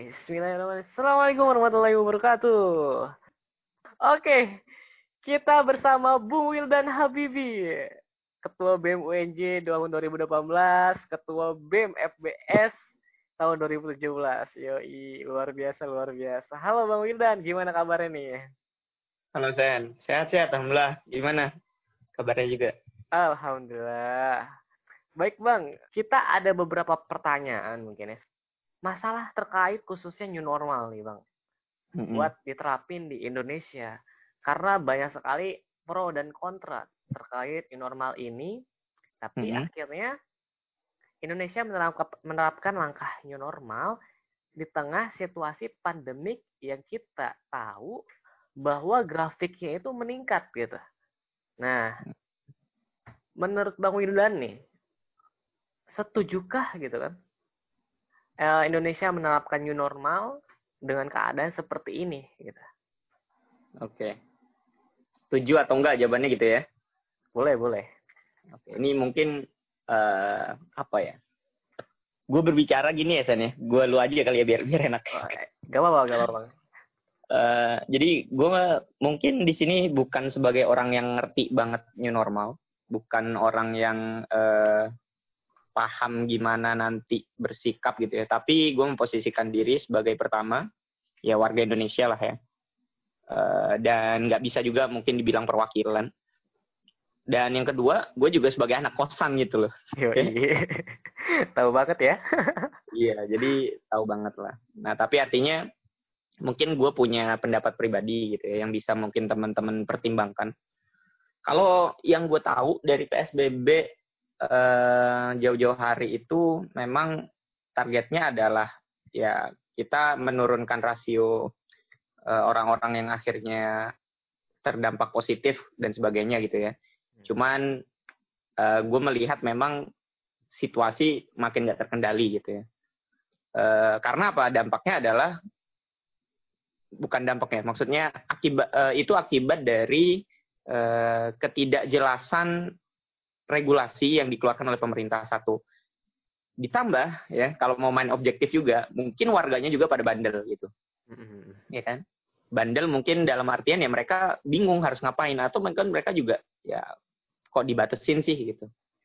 Bismillahirrahmanirrahim. Assalamualaikum warahmatullahi wabarakatuh. Oke, kita bersama Bung Wildan Habibi, Ketua BEM UNJ tahun 2018, Ketua BEM FBS tahun 2017. Yoi, luar biasa, luar biasa. Halo Bang Wildan, gimana kabarnya nih? Halo Sen, sehat-sehat Alhamdulillah. Gimana kabarnya juga? Alhamdulillah. Baik Bang, kita ada beberapa pertanyaan mungkin ya. Masalah terkait khususnya new normal nih Bang. Mm-mm. Buat diterapin di Indonesia. Karena banyak sekali pro dan kontra terkait new normal ini, tapi Mm-mm. akhirnya Indonesia menerapkan langkah new normal di tengah situasi pandemik yang kita tahu bahwa grafiknya itu meningkat gitu. Nah, menurut Bang Wildan nih, setujukah gitu kan Indonesia menerapkan new normal dengan keadaan seperti ini gitu? Oke. Setuju atau enggak jawabannya gitu ya? Boleh, boleh. Oke. Ini mungkin apa ya? Gue berbicara gini ya Sen ya. Gue lu aja kali ya biar enak. Oh, gak apa-apa, gak apa-apa. Jadi gue mungkin di sini bukan sebagai orang yang ngerti banget new normal, bukan orang yang paham gimana nanti bersikap gitu ya. Tapi gue memposisikan diri sebagai pertama ya warga Indonesia lah ya. Dan nggak bisa juga mungkin dibilang perwakilan. Dan yang kedua, gue juga sebagai anak kosan gitu loh. Yoi. Tahu banget ya. Iya, jadi tahu banget lah. Nah, tapi artinya mungkin gue punya pendapat pribadi gitu ya, yang bisa mungkin teman-teman pertimbangkan. Kalau yang gue tahu dari PSBB jauh-jauh hari itu memang targetnya adalah ya kita menurunkan rasio orang-orang yang akhirnya terdampak positif dan sebagainya gitu ya. Cuman gue melihat memang situasi makin gak terkendali gitu ya. Karena apa? Dampaknya adalah bukan dampaknya, maksudnya itu akibat dari ketidakjelasan regulasi yang dikeluarkan oleh pemerintah satu. Ditambah ya, kalau mau main objektif juga, mungkin warganya juga pada bandel gitu, ya kan? Bandel mungkin dalam artian ya mereka bingung harus ngapain atau mungkin mereka juga ya kok dibatasin sih gitu.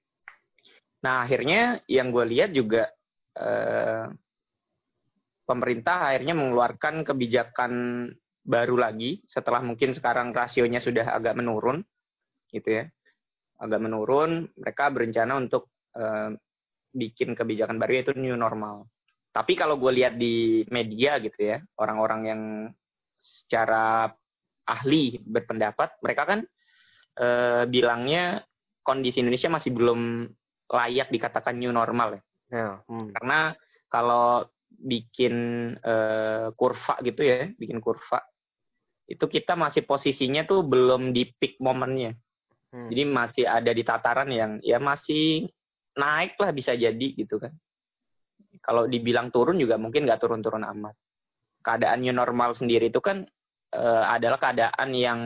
Nah akhirnya yang gue lihat juga eh, pemerintah akhirnya mengeluarkan kebijakan baru lagi setelah mungkin sekarang rasionya sudah agak menurun gitu ya, agak menurun. Mereka berencana untuk bikin kebijakan baru yaitu new normal. Tapi kalau gue lihat di media gitu ya, orang-orang yang secara ahli berpendapat, mereka kan bilangnya kondisi Indonesia masih belum layak dikatakan new normal ya. Ya, Karena kalau bikin kurva gitu ya, bikin kurva, itu kita masih posisinya tuh belum di peak momennya. Jadi masih ada di tataran yang ya masih naik lah bisa jadi gitu kan. Kalau dibilang turun juga mungkin nggak turun-turun amat. Keadaan new normal sendiri itu kan adalah keadaan yang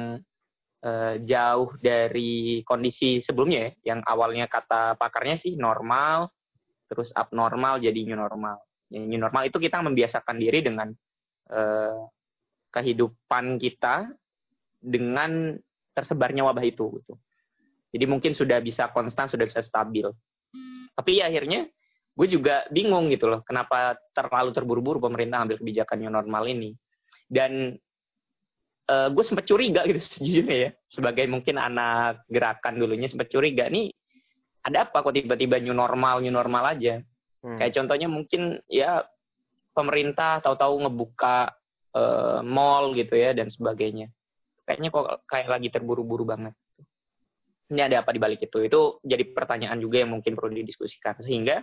jauh dari kondisi sebelumnya ya, yang awalnya kata pakarnya sih normal, terus abnormal jadi new normal. Yang new normal itu kita membiasakan diri dengan eh, kehidupan kita dengan tersebarnya wabah itu gitu. Jadi mungkin sudah bisa konstan, sudah bisa stabil. Tapi ya akhirnya gue juga bingung gitu loh, kenapa terlalu terburu-buru pemerintah ambil kebijakan new normal ini. Dan gue sempat curiga gitu sejujurnya ya, sebagai mungkin anak gerakan dulunya sempat curiga nih, ada apa kok tiba-tiba new normal aja. Kayak contohnya mungkin ya pemerintah tahu-tahu ngebuka mall gitu ya dan sebagainya. Kayaknya kok kayak lagi terburu-buru banget. Ini ada apa di balik itu? Itu jadi pertanyaan juga yang mungkin perlu didiskusikan. Sehingga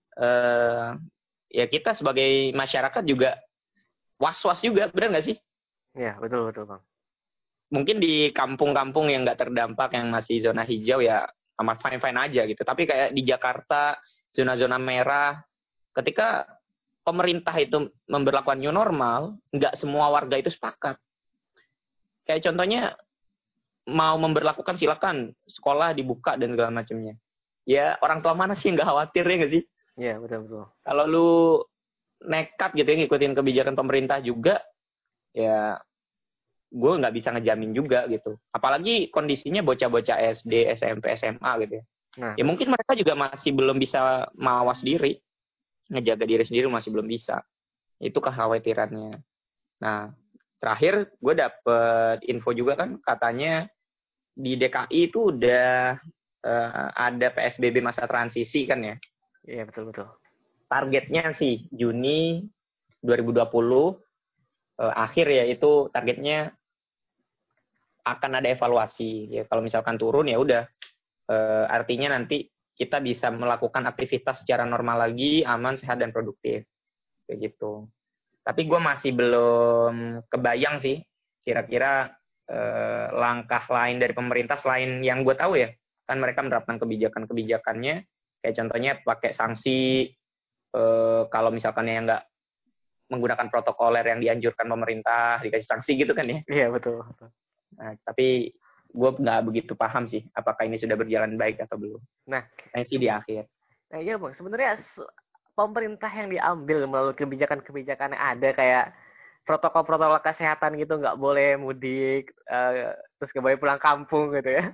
ya kita sebagai masyarakat juga was-was juga, benar nggak sih? ya, betul betul Bang. Mungkin di kampung-kampung yang nggak terdampak, yang masih zona hijau ya amat fine-fine aja gitu. Tapi kayak di Jakarta, zona-zona merah, ketika pemerintah itu memberlakukan new normal, nggak semua warga itu sepakat. Kayak contohnya mau memberlakukan silakan sekolah dibuka dan segala macamnya. Ya orang tua mana sih yang nggak khawatir ya nggak sih? Iya, betul betul. Kalau lu nekat gitu ya ngikutin kebijakan pemerintah juga, ya gue nggak bisa ngejamin juga gitu. Apalagi kondisinya bocah-bocah SD, SMP, SMA gitu ya. Nah, Ya mungkin mereka juga masih belum bisa mawas diri, ngejaga diri sendiri masih belum bisa. Itu kekhawatirannya. Nah, terakhir gue dapet info juga kan katanya di DKI itu udah ada PSBB masa transisi kan ya. iya betul. Targetnya sih Juni 2020 akhir ya, itu targetnya akan ada evaluasi. Ya kalau misalkan turun ya udah, artinya nanti kita bisa melakukan aktivitas secara normal lagi, aman, sehat dan produktif. Kayak gitu. Tapi gue masih belum kebayang sih kira-kira langkah lain dari pemerintah selain yang gue tahu ya. Kan mereka menerapkan kebijakan-kebijakannya, kayak contohnya pakai sanksi kalau misalkan yang nggak menggunakan protokoler yang dianjurkan pemerintah, dikasih sanksi gitu kan ya. Iya betul. Nah, tapi gue nggak begitu paham sih apakah ini sudah berjalan baik atau belum. Nah, Sih di akhir. nah iya bang, sebenarnya pemerintah yang diambil melalui kebijakan-kebijakan yang ada kayak protokol-protokol kesehatan gitu, nggak boleh mudik, terus nggak boleh pulang kampung gitu ya.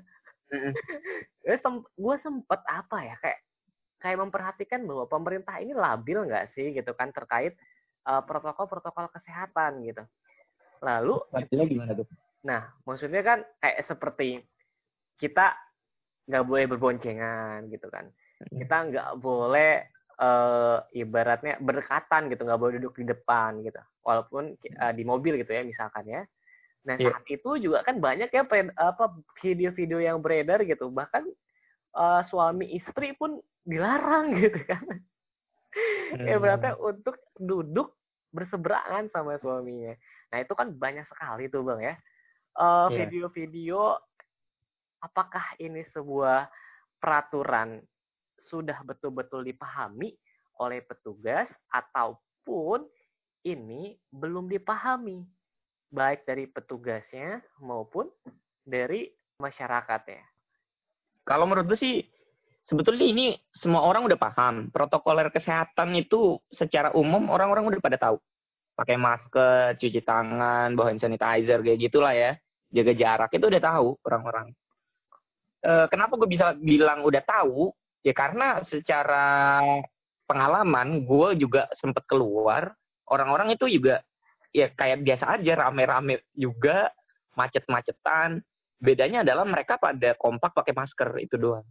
Gue sempet apa ya, kayak memperhatikan bahwa pemerintah ini labil nggak sih gitu kan terkait protokol-protokol kesehatan gitu. Lalu, Labilnya gimana tuh? nah maksudnya kan kayak seperti kita nggak boleh berboncengan gitu kan. Kita nggak boleh ibaratnya berdekatan gitu, nggak boleh duduk di depan gitu. Walaupun di mobil gitu ya misalkan ya. Nah Iya. saat itu juga kan banyak ya video-video yang beredar gitu. Bahkan suami istri pun dilarang gitu kan. Ibaratnya untuk duduk berseberangan sama suaminya. Nah itu kan banyak sekali tuh bang ya. Iya. Video-video, apakah ini sebuah peraturan sudah betul-betul dipahami oleh petugas ataupun ini belum dipahami baik dari petugasnya maupun dari masyarakatnya. Kalau menurut gue sih sebetulnya ini semua orang udah paham. Protokoler kesehatan itu secara umum orang-orang udah pada tahu. Pakai masker, cuci tangan, bawa hand sanitizer, kayak gitulah ya. Jaga jarak itu udah tahu orang-orang. Kenapa gue bisa bilang udah tahu? Ya karena secara pengalaman gue juga sempet keluar. Orang-orang itu juga ya kayak biasa aja, rame-rame juga, macet-macetan. Bedanya adalah mereka pada kompak pakai masker, itu doang.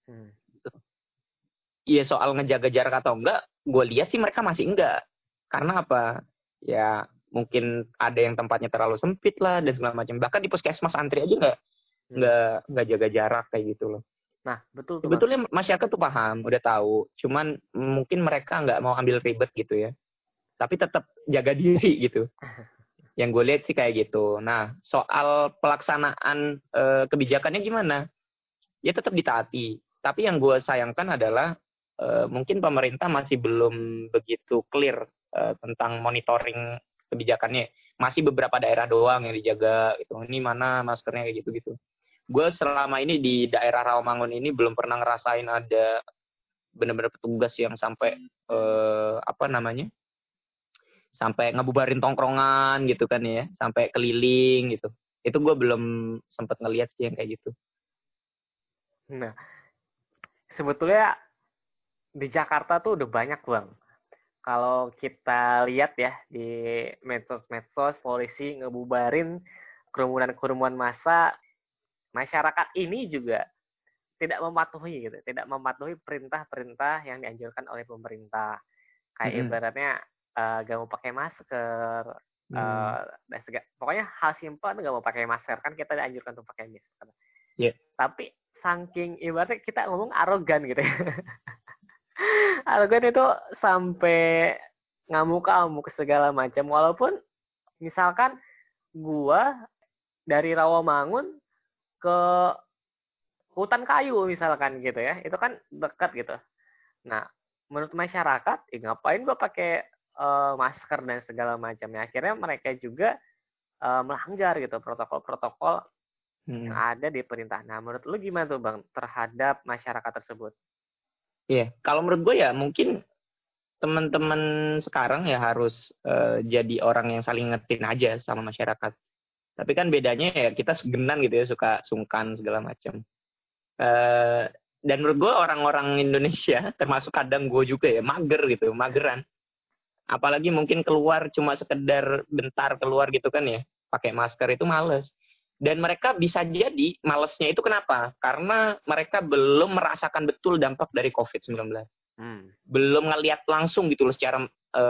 Iya, soal ngejaga jarak atau enggak, gue lihat sih mereka masih enggak. Karena apa? Ya mungkin ada yang tempatnya terlalu sempit lah dan segala macam. Bahkan di puskesmas antri aja nggak jaga jarak kayak gitu loh. Nah betul tuh bang. Sebetulnya masyarakat tuh paham, udah tahu. Cuman mungkin mereka nggak mau ambil ribet gitu ya. Tapi tetap jaga diri gitu. Yang gue lihat sih kayak gitu. Nah, soal pelaksanaan kebijakannya gimana? Ya tetap ditaati. Tapi yang gue sayangkan adalah mungkin pemerintah masih belum begitu clear tentang monitoring kebijakannya. Masih beberapa daerah doang yang dijaga gitu. Ini mana maskernya kayak gitu-gitu. Gue selama ini di daerah Rawamangun ini belum pernah ngerasain ada benar-benar petugas yang sampai sampai ngebubarin tongkrongan gitu kan ya, sampai keliling gitu. Itu gue belum sempat ngelihat sih yang kayak gitu. Nah sebetulnya di Jakarta tuh udah banyak bang. Kalau kita lihat ya di medsos-medsos polisi ngebubarin kerumunan-kerumunan massa, masyarakat ini juga tidak mematuhi gitu, tidak mematuhi perintah-perintah yang dianjurkan oleh pemerintah. Kayak ibaratnya gak mau pakai masker, dan pokoknya hal simpel gak mau pakai masker, kan kita dianjurkan untuk pakai masker. Yeah. Tapi saking ibaratnya kita ngomong arogan gitu ya. Arogan itu sampai ngamuk-ngamuk segala macam. Walaupun misalkan gua dari Rawamangun ke hutan kayu misalkan gitu ya, itu kan dekat gitu. Nah, menurut masyarakat, ngapain gua pakai masker dan segala macamnya. Akhirnya mereka juga melanggar gitu protokol-protokol yang ada di perintah. Nah, menurut lu gimana tuh bang terhadap masyarakat tersebut? Iya, kalau menurut gue ya mungkin teman-teman sekarang ya harus jadi orang yang saling ngertiin aja sama masyarakat. Tapi kan bedanya ya kita segenan gitu ya, suka sungkan segala macam. Dan menurut gue orang-orang Indonesia, termasuk kadang gue juga ya, mager gitu, mageran. Apalagi mungkin keluar cuma sekedar bentar keluar gitu kan ya, pakai masker itu males. Dan mereka bisa jadi malesnya itu kenapa? Karena mereka belum merasakan betul dampak dari COVID-19. Belum ngelihat langsung gitu loh secara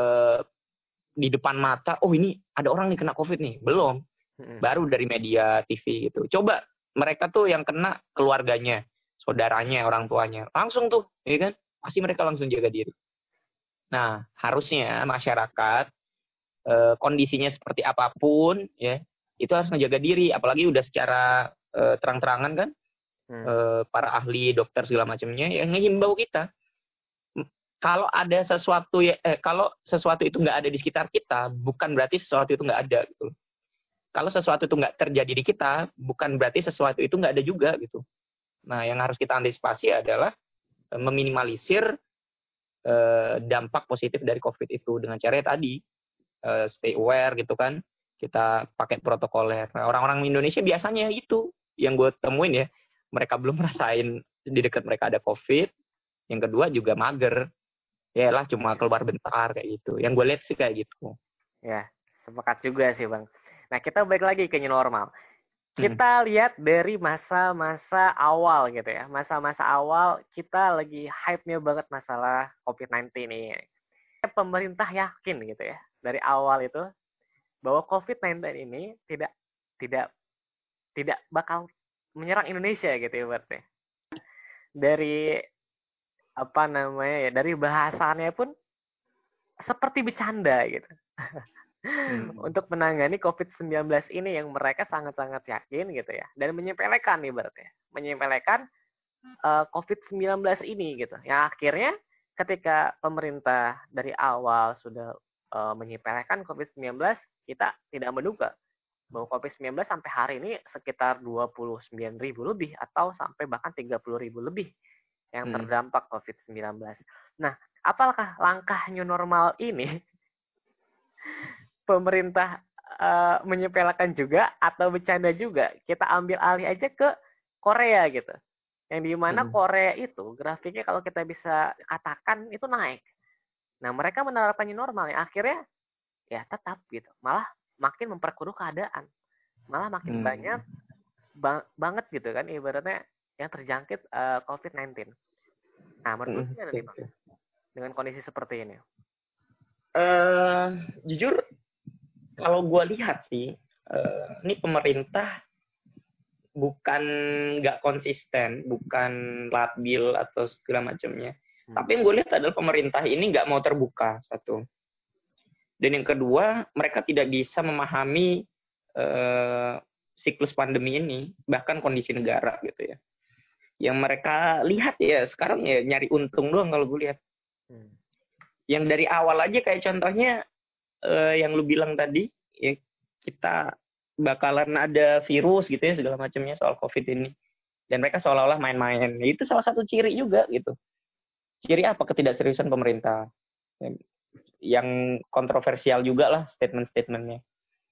di depan mata, oh ini ada orang nih kena COVID nih. Belum. Baru dari media TV gitu. Coba mereka tuh yang kena keluarganya, saudaranya, orang tuanya. Langsung tuh, ya kan? Pasti mereka langsung jaga diri. Nah, harusnya masyarakat kondisinya seperti apapun ya, itu harus menjaga diri, apalagi udah secara terang-terangan kan para ahli dokter segala macamnya yang ngimbau kita kalau ada sesuatu kalau sesuatu itu nggak ada di sekitar kita, bukan berarti sesuatu itu nggak ada gitu. Kalau sesuatu itu nggak terjadi di kita, bukan berarti sesuatu itu nggak ada juga gitu. Nah, yang harus kita antisipasi adalah meminimalisir dampak positif dari COVID itu dengan cara tadi stay aware gitu kan, kita pakai protokoler. Nah, orang-orang Indonesia biasanya itu yang gue temuin ya, mereka belum merasain di dekat mereka ada COVID. Yang kedua juga mager, ya lah cuma keluar bentar kayak gitu. Yang gue lihat sih kayak gitu. Ya, sepakat juga sih Bang. Nah, kita balik lagi ke new normal. Kita lihat dari masa-masa awal gitu ya. Masa-masa awal kita lagi hype-nya banget masalah COVID-19 ini. Pemerintah yakin gitu ya dari awal itu bahwa COVID-19 ini tidak tidak tidak bakal menyerang Indonesia gitu ya berarti. Dari apa namanya ya, dari bahasanya pun seperti bercanda gitu. Untuk menangani COVID-19 ini yang mereka sangat-sangat yakin gitu ya. Dan menyepelekan nih berarti. Menyepelekan COVID-19 ini gitu. Yang akhirnya ketika pemerintah dari awal sudah menyepelekan COVID-19, kita tidak menduga bahwa COVID-19 sampai hari ini sekitar 29.000 lebih atau sampai bahkan 30.000 lebih yang terdampak COVID-19. Nah, apakah langkah new normal ini pemerintah menyepelekan juga atau bercanda juga? Kita ambil alih aja ke Korea gitu. Yang dimana Korea itu grafiknya kalau kita bisa katakan itu naik. Nah, mereka menerapkan new normal yang akhirnya ya tetap gitu. Malah makin memperkeruh keadaan. Malah makin banyak banget gitu kan ibaratnya yang terjangkit COVID-19. Nah, menurut gimana nih Bang? Dengan kondisi seperti ini? Jujur, kalau gue lihat sih, ini pemerintah bukan nggak konsisten, bukan labil atau segala macamnya. Tapi yang gue lihat adalah pemerintah ini nggak mau terbuka, satu. Dan yang kedua, mereka tidak bisa memahami siklus pandemi ini, bahkan kondisi negara gitu ya. Yang mereka lihat ya sekarang ya nyari untung doang kalau gue lihat. Yang dari awal aja kayak contohnya yang lu bilang tadi, ya kita bakalan ada virus gitu ya segala macamnya soal COVID ini. Dan mereka seolah-olah main-main. Itu salah satu ciri juga gitu. Ciri apa? Ketidakseriusan pemerintah. Yang kontroversial juga lah statement-statementnya.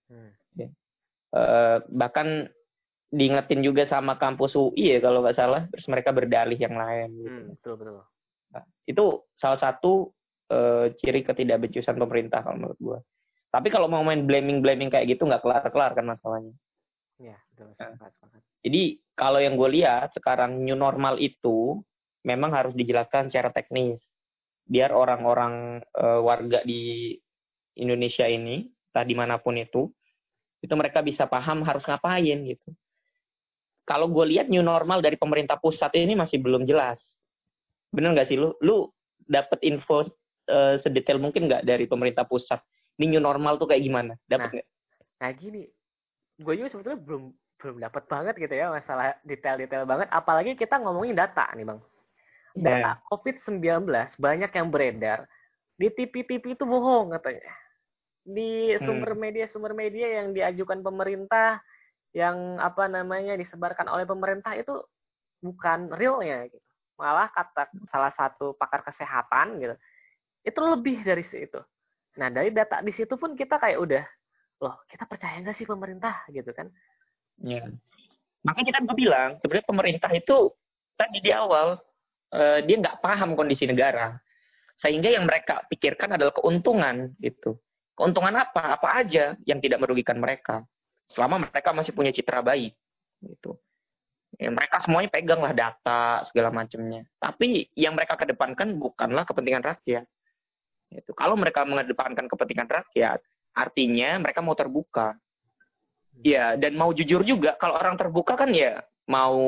Bahkan diingetin juga sama kampus UI ya kalau nggak salah. Terus mereka berdalih yang lain. Gitu. Betul. Nah, itu salah satu ciri ketidakbecusan pemerintah kalau menurut gue. Tapi kalau mau main blaming kayak gitu nggak kelar-kelar kan masalahnya. Ya, betul. Nah, jadi kalau yang gue lihat sekarang new normal itu memang harus dijelaskan secara teknis. Biar orang-orang warga di Indonesia ini, entah dimanapun itu mereka bisa paham harus ngapain gitu. Kalau gue lihat new normal dari pemerintah pusat ini masih belum jelas. Bener nggak sih lu? Lu dapat info sedetail mungkin nggak dari pemerintah pusat? Ini new normal tuh kayak gimana? Dapat nggak? Nah gini, gue juga sebetulnya belum dapat banget gitu ya masalah detail-detail banget. Apalagi kita ngomongin data nih bang. Data COVID-19 banyak yang beredar di TV-TV itu bohong katanya. Di sumber media yang diajukan pemerintah, yang apa namanya disebarkan oleh pemerintah itu bukan realnya gitu. Malah kata salah satu pakar kesehatan gitu, Itu lebih dari situ. Nah, dari data di situ pun kita kayak udah, loh, kita percaya nggak sih pemerintah gitu kan? Ya. Makanya kita bilang, sebenarnya pemerintah itu tadi di awal, dia nggak paham kondisi negara. Sehingga yang mereka pikirkan adalah keuntungan gitu. Keuntungan apa? Apa aja yang tidak merugikan mereka. Selama mereka masih punya citra baik. Gitu. Ya, mereka semuanya pegang lah data, segala macamnya. Tapi yang mereka kedepankan bukanlah kepentingan rakyat. Gitu. Kalau mereka mengedepankan kepentingan rakyat, artinya mereka mau terbuka. Ya, dan mau jujur juga. Kalau orang terbuka kan ya mau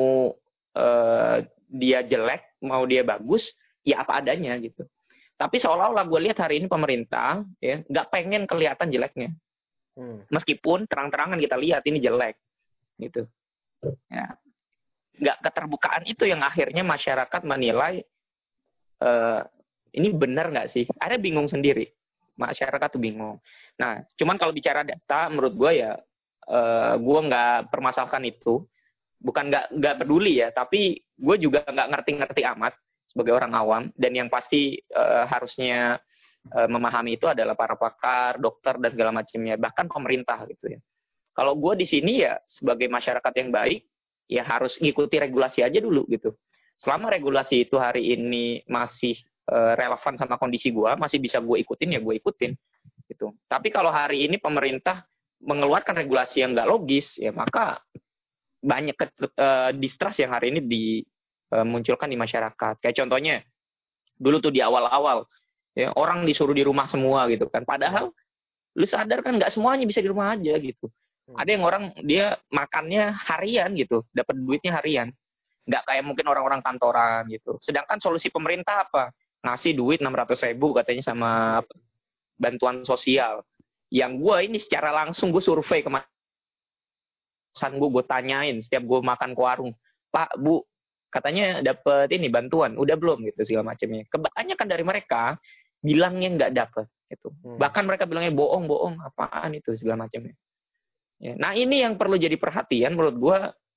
dia jelek, mau dia bagus, ya apa adanya gitu. Tapi seolah-olah gue lihat hari ini pemerintah ya nggak pengen kelihatan jeleknya. Meskipun terang-terangan kita lihat ini jelek gitu. Ya. Nggak keterbukaan itu yang akhirnya masyarakat menilai ini benar nggak sih? Ada bingung sendiri. Masyarakat tuh bingung. Nah, cuman kalau bicara data, menurut gue ya, gue nggak permasalahkan itu. Bukan nggak peduli ya, tapi gue juga nggak ngerti-ngerti amat sebagai orang awam. Dan yang pasti harusnya memahami itu adalah para pakar, dokter, dan segala macamnya. Bahkan pemerintah gitu ya. Kalau gue di sini ya sebagai masyarakat yang baik, ya harus ngikuti regulasi aja dulu gitu. Selama regulasi itu hari ini masih relevan sama kondisi gue, masih bisa gue ikutin ya gue ikutin gitu. Tapi kalau hari ini pemerintah mengeluarkan regulasi yang nggak logis, ya maka banyak distrust yang hari ini dimunculkan di masyarakat. Kayak contohnya dulu tuh di awal-awal, ya orang disuruh di rumah semua gitu kan. Padahal lu sadar kan nggak semuanya bisa di rumah aja gitu. Ada yang orang dia makannya harian gitu, dapat duitnya harian. Nggak kayak mungkin orang-orang kantoran gitu. Sedangkan solusi pemerintah apa? Ngasih duit 600.000 katanya sama bantuan sosial. Yang gue ini secara langsung gue survei kemarin. Gue tanyain setiap gue makan ke warung. Pak, Bu, katanya dapat ini bantuan. Udah belum gitu segala macamnya. Kebanyakan dari mereka bilangnya nggak dapat. Gitu. Bahkan mereka bilangnya bohong, apaan itu segala macamnya. Ya. Nah ini yang perlu jadi perhatian menurut gue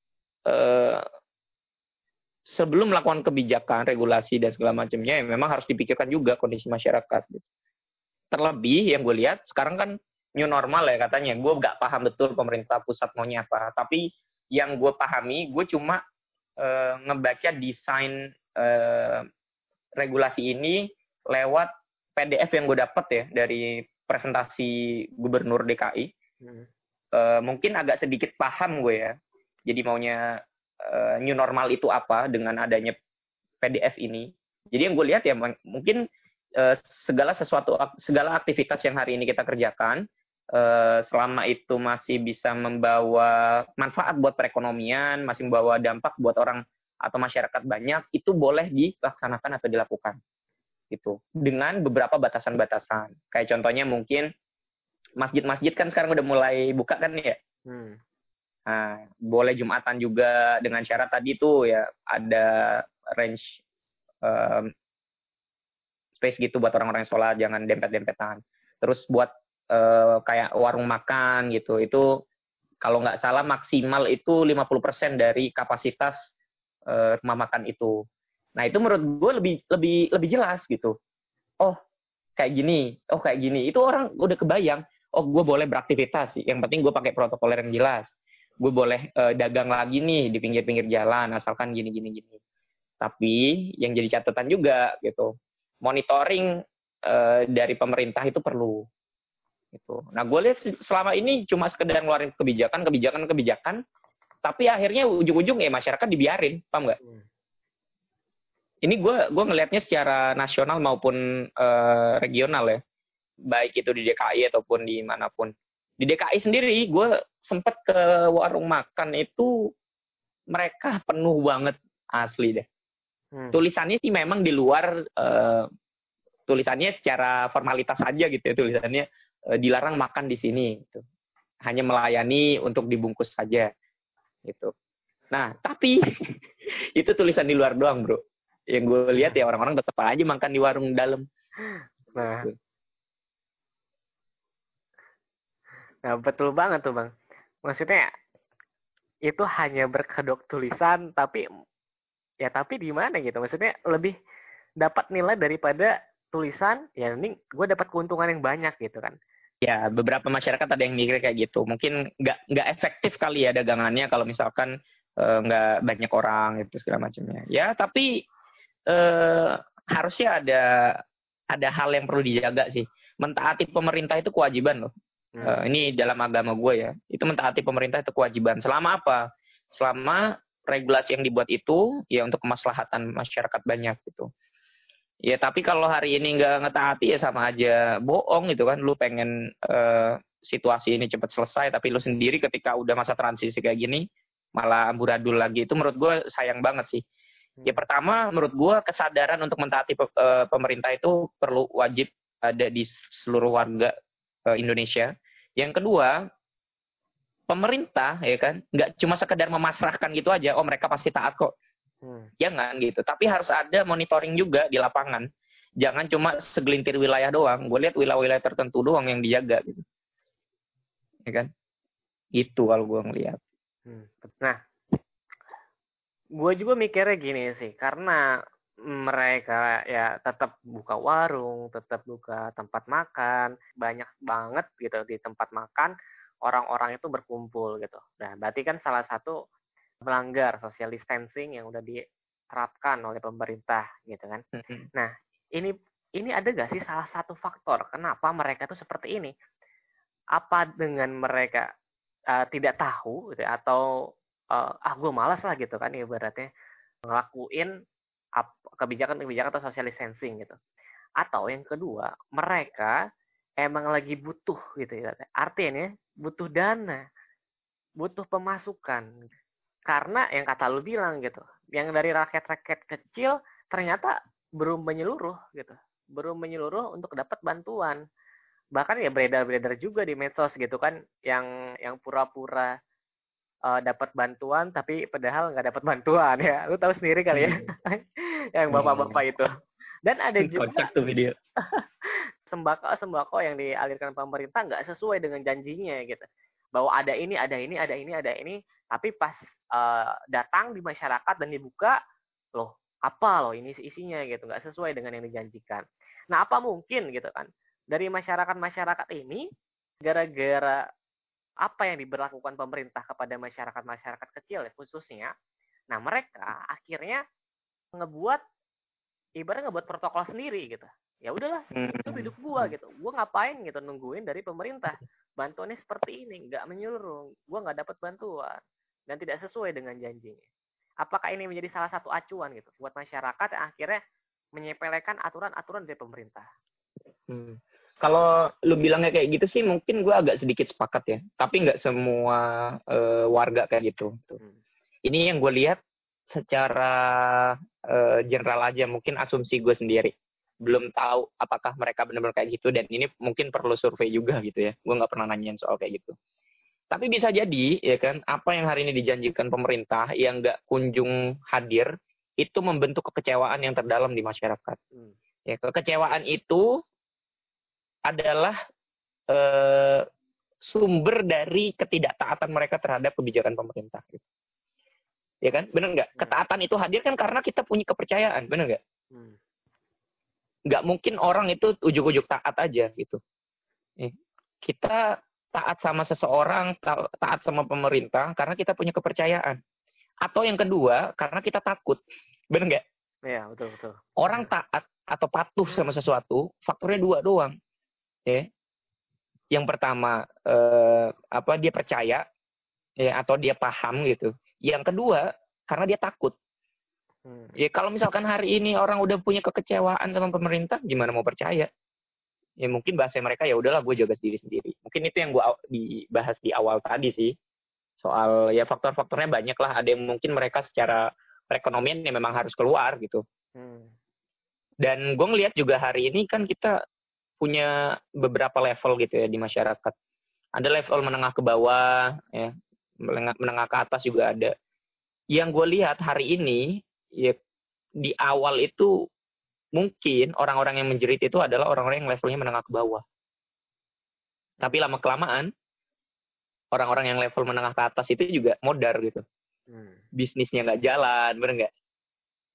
sebelum melakukan kebijakan, regulasi dan segala macamnya, ya memang harus dipikirkan juga kondisi masyarakat. Gitu. Terlebih yang gue lihat sekarang kan new normal ya katanya. Gue nggak paham betul pemerintah pusat maunya apa. Tapi yang gue pahami, gue cuma ngebaca desain regulasi ini lewat PDF yang gue dapat ya dari presentasi Gubernur DKI. Mungkin agak sedikit paham gue ya. Jadi maunya new normal itu apa dengan adanya PDF ini. Jadi yang gue lihat ya mungkin segala aktivitas yang hari ini kita kerjakan selama itu masih bisa membawa manfaat buat perekonomian, masih membawa dampak buat orang atau masyarakat banyak, itu boleh dilaksanakan atau dilakukan gitu dengan beberapa batasan-batasan. Kayak contohnya mungkin masjid-masjid kan sekarang udah mulai buka kan ya. Nah, boleh Jumatan juga dengan syarat tadi tuh ya ada range space gitu buat orang-orang yang sholat, jangan dempet-dempetan. Terus buat kayak warung makan gitu, itu kalau nggak salah maksimal itu 50% dari kapasitas rumah makan itu. Nah itu menurut gue lebih jelas gitu. Oh kayak gini, itu orang udah kebayang. Oh gue boleh beraktivitas, yang penting gue pakai protokoler yang jelas. Gue boleh dagang lagi nih di pinggir-pinggir jalan, asalkan gini. Tapi yang jadi catatan juga gitu, monitoring dari pemerintah itu perlu. Gitu. Nah gue lihat selama ini cuma sekedar ngeluarin kebijakan, tapi akhirnya ujung-ujung ya masyarakat dibiarin, paham nggak? Ini gue ngelihatnya secara nasional maupun regional ya, baik itu di DKI ataupun di manapun. Di DKI sendiri gue sempet ke warung makan itu mereka penuh banget asli deh. Tulisannya sih memang di luar tulisannya secara formalitas saja gitu ya, tulisannya dilarang makan di sini gitu. Hanya melayani untuk dibungkus saja gitu. Nah, tapi itu tulisan di luar doang, Bro. Yang gue lihat ya orang-orang tetap aja makan di warung dalam. Nah, nah betul banget tuh, Bang. Maksudnya itu hanya berkedok tulisan, tapi di mana gitu? Maksudnya lebih dapat nilai daripada tulisan, ya ini gue dapat keuntungan yang banyak gitu kan. Ya, beberapa masyarakat ada yang mikir kayak gitu. Mungkin nggak efektif kali ya dagangannya kalau misalkan nggak banyak orang itu segala macamnya. Ya, tapi harusnya ada hal yang perlu dijaga sih. Mentaati pemerintah itu kewajiban loh. Ini dalam agama gue ya. Itu mentaati pemerintah itu kewajiban. Selama apa? Selama regulasi yang dibuat itu ya untuk kemaslahatan masyarakat banyak gitu. Ya tapi kalau hari ini nggak ngetaati ya sama aja bohong gitu kan. Lu pengen situasi ini cepat selesai, tapi lu sendiri ketika udah masa transisi kayak gini malah amburadul lagi. Itu menurut gue sayang banget sih. Ya pertama menurut gue kesadaran untuk mentaati pemerintah itu perlu wajib ada di seluruh warga Indonesia. Yang kedua, pemerintah ya kan nggak cuma sekedar memasrahkan gitu aja, oh mereka pasti taat kok. Jangan gitu, tapi harus ada monitoring juga di lapangan. Jangan cuma segelintir wilayah doang. Gue lihat wilayah-wilayah tertentu doang yang dijaga gitu. Ya kan? Gitu kalau gue ngelihat. Nah, gue juga mikirnya gini sih, karena mereka ya tetap buka warung, tetap buka tempat makan, banyak banget gitu di tempat makan, orang-orang itu berkumpul gitu. Nah, berarti kan salah satu melanggar social distancing yang udah diterapkan oleh pemerintah gitu kan. Nah, ini ada gak sih salah satu faktor kenapa mereka tuh seperti ini? Apa dengan mereka tidak tahu gitu, atau gue malas lah gitu kan ibaratnya ngelakuin kebijakan-kebijakan atau social distancing gitu. Atau yang kedua, mereka emang lagi butuh gitu ya. Artinya butuh dana, butuh pemasukan. Karena yang kata lu bilang gitu, yang dari rakyat-rakyat kecil ternyata belum menyeluruh gitu. Belum menyeluruh untuk dapat bantuan. Bahkan ya beredar-beredar juga di medsos gitu kan, yang pura-pura dapat bantuan tapi padahal nggak dapat bantuan ya. Lu tahu sendiri kali ya. Yang bapak-bapak itu. Dan ada juga tuh video. sembako yang dialirkan pemerintah nggak sesuai dengan janjinya gitu. Bahwa ada ini, ada ini, ada ini, ada ini, tapi pas datang di masyarakat dan dibuka, loh apa loh ini isinya gitu, nggak sesuai dengan yang dijanjikan. Nah apa mungkin gitu kan dari masyarakat ini gara-gara apa yang diberlakukan pemerintah kepada masyarakat kecil ya khususnya, nah mereka akhirnya ngebuat ibaratnya ngebuat protokol sendiri gitu. Ya udahlah, hidup gua gitu. Gua ngapain gitu nungguin dari pemerintah. Bantuannya seperti ini, nggak menyeluruh. Gua nggak dapat bantuan dan tidak sesuai dengan janjinya. Apakah ini menjadi salah satu acuan gitu buat masyarakat yang akhirnya menyepelekan aturan-aturan dari pemerintah? Kalau lu bilangnya kayak gitu sih mungkin gue agak sedikit sepakat ya. Tapi nggak semua warga kayak gitu. Ini yang gue lihat secara general aja, mungkin asumsi gue sendiri. Belum tahu apakah mereka benar-benar kayak gitu, dan ini mungkin perlu survei juga gitu ya. Gue nggak pernah nanyain soal kayak gitu. Tapi bisa jadi ya kan, apa yang hari ini dijanjikan pemerintah yang nggak kunjung hadir, itu membentuk kekecewaan yang terdalam di masyarakat. Ya, kekecewaan itu adalah sumber dari ketidaktaatan mereka terhadap kebijakan pemerintah. Gitu. Ya kan? Benar nggak? Ketaatan itu hadir kan karena kita punya kepercayaan. Benar nggak? Nggak mungkin orang itu ujuk-ujuk taat aja gitu. Kita taat sama seseorang, taat sama pemerintah karena kita punya kepercayaan. Atau yang kedua, karena kita takut. Benar nggak? Iya, betul. Orang taat atau patuh sama sesuatu, faktornya dua doang. Ya. Yang pertama, dia percaya, ya, atau dia paham gitu. Yang kedua, karena dia takut. Ya kalau misalkan hari ini orang udah punya kekecewaan sama pemerintah, gimana mau percaya? Ya mungkin bahasa mereka ya udahlah gue jaga diri sendiri. Mungkin itu yang gue dibahas di awal tadi sih. Soal ya faktor-faktornya banyak lah. Ada yang mungkin mereka secara perekonomian ya memang harus keluar gitu. Dan gue ngelihat juga hari ini kan kita punya beberapa level gitu ya di masyarakat. Ada level menengah ke bawah, ya, menengah ke atas juga ada. Yang gue lihat hari ini, ya di awal itu mungkin orang-orang yang menjerit itu adalah orang-orang yang levelnya menengah ke bawah. Tapi lama-kelamaan, orang-orang yang level menengah ke atas itu juga modar gitu. Bisnisnya nggak jalan, bener nggak?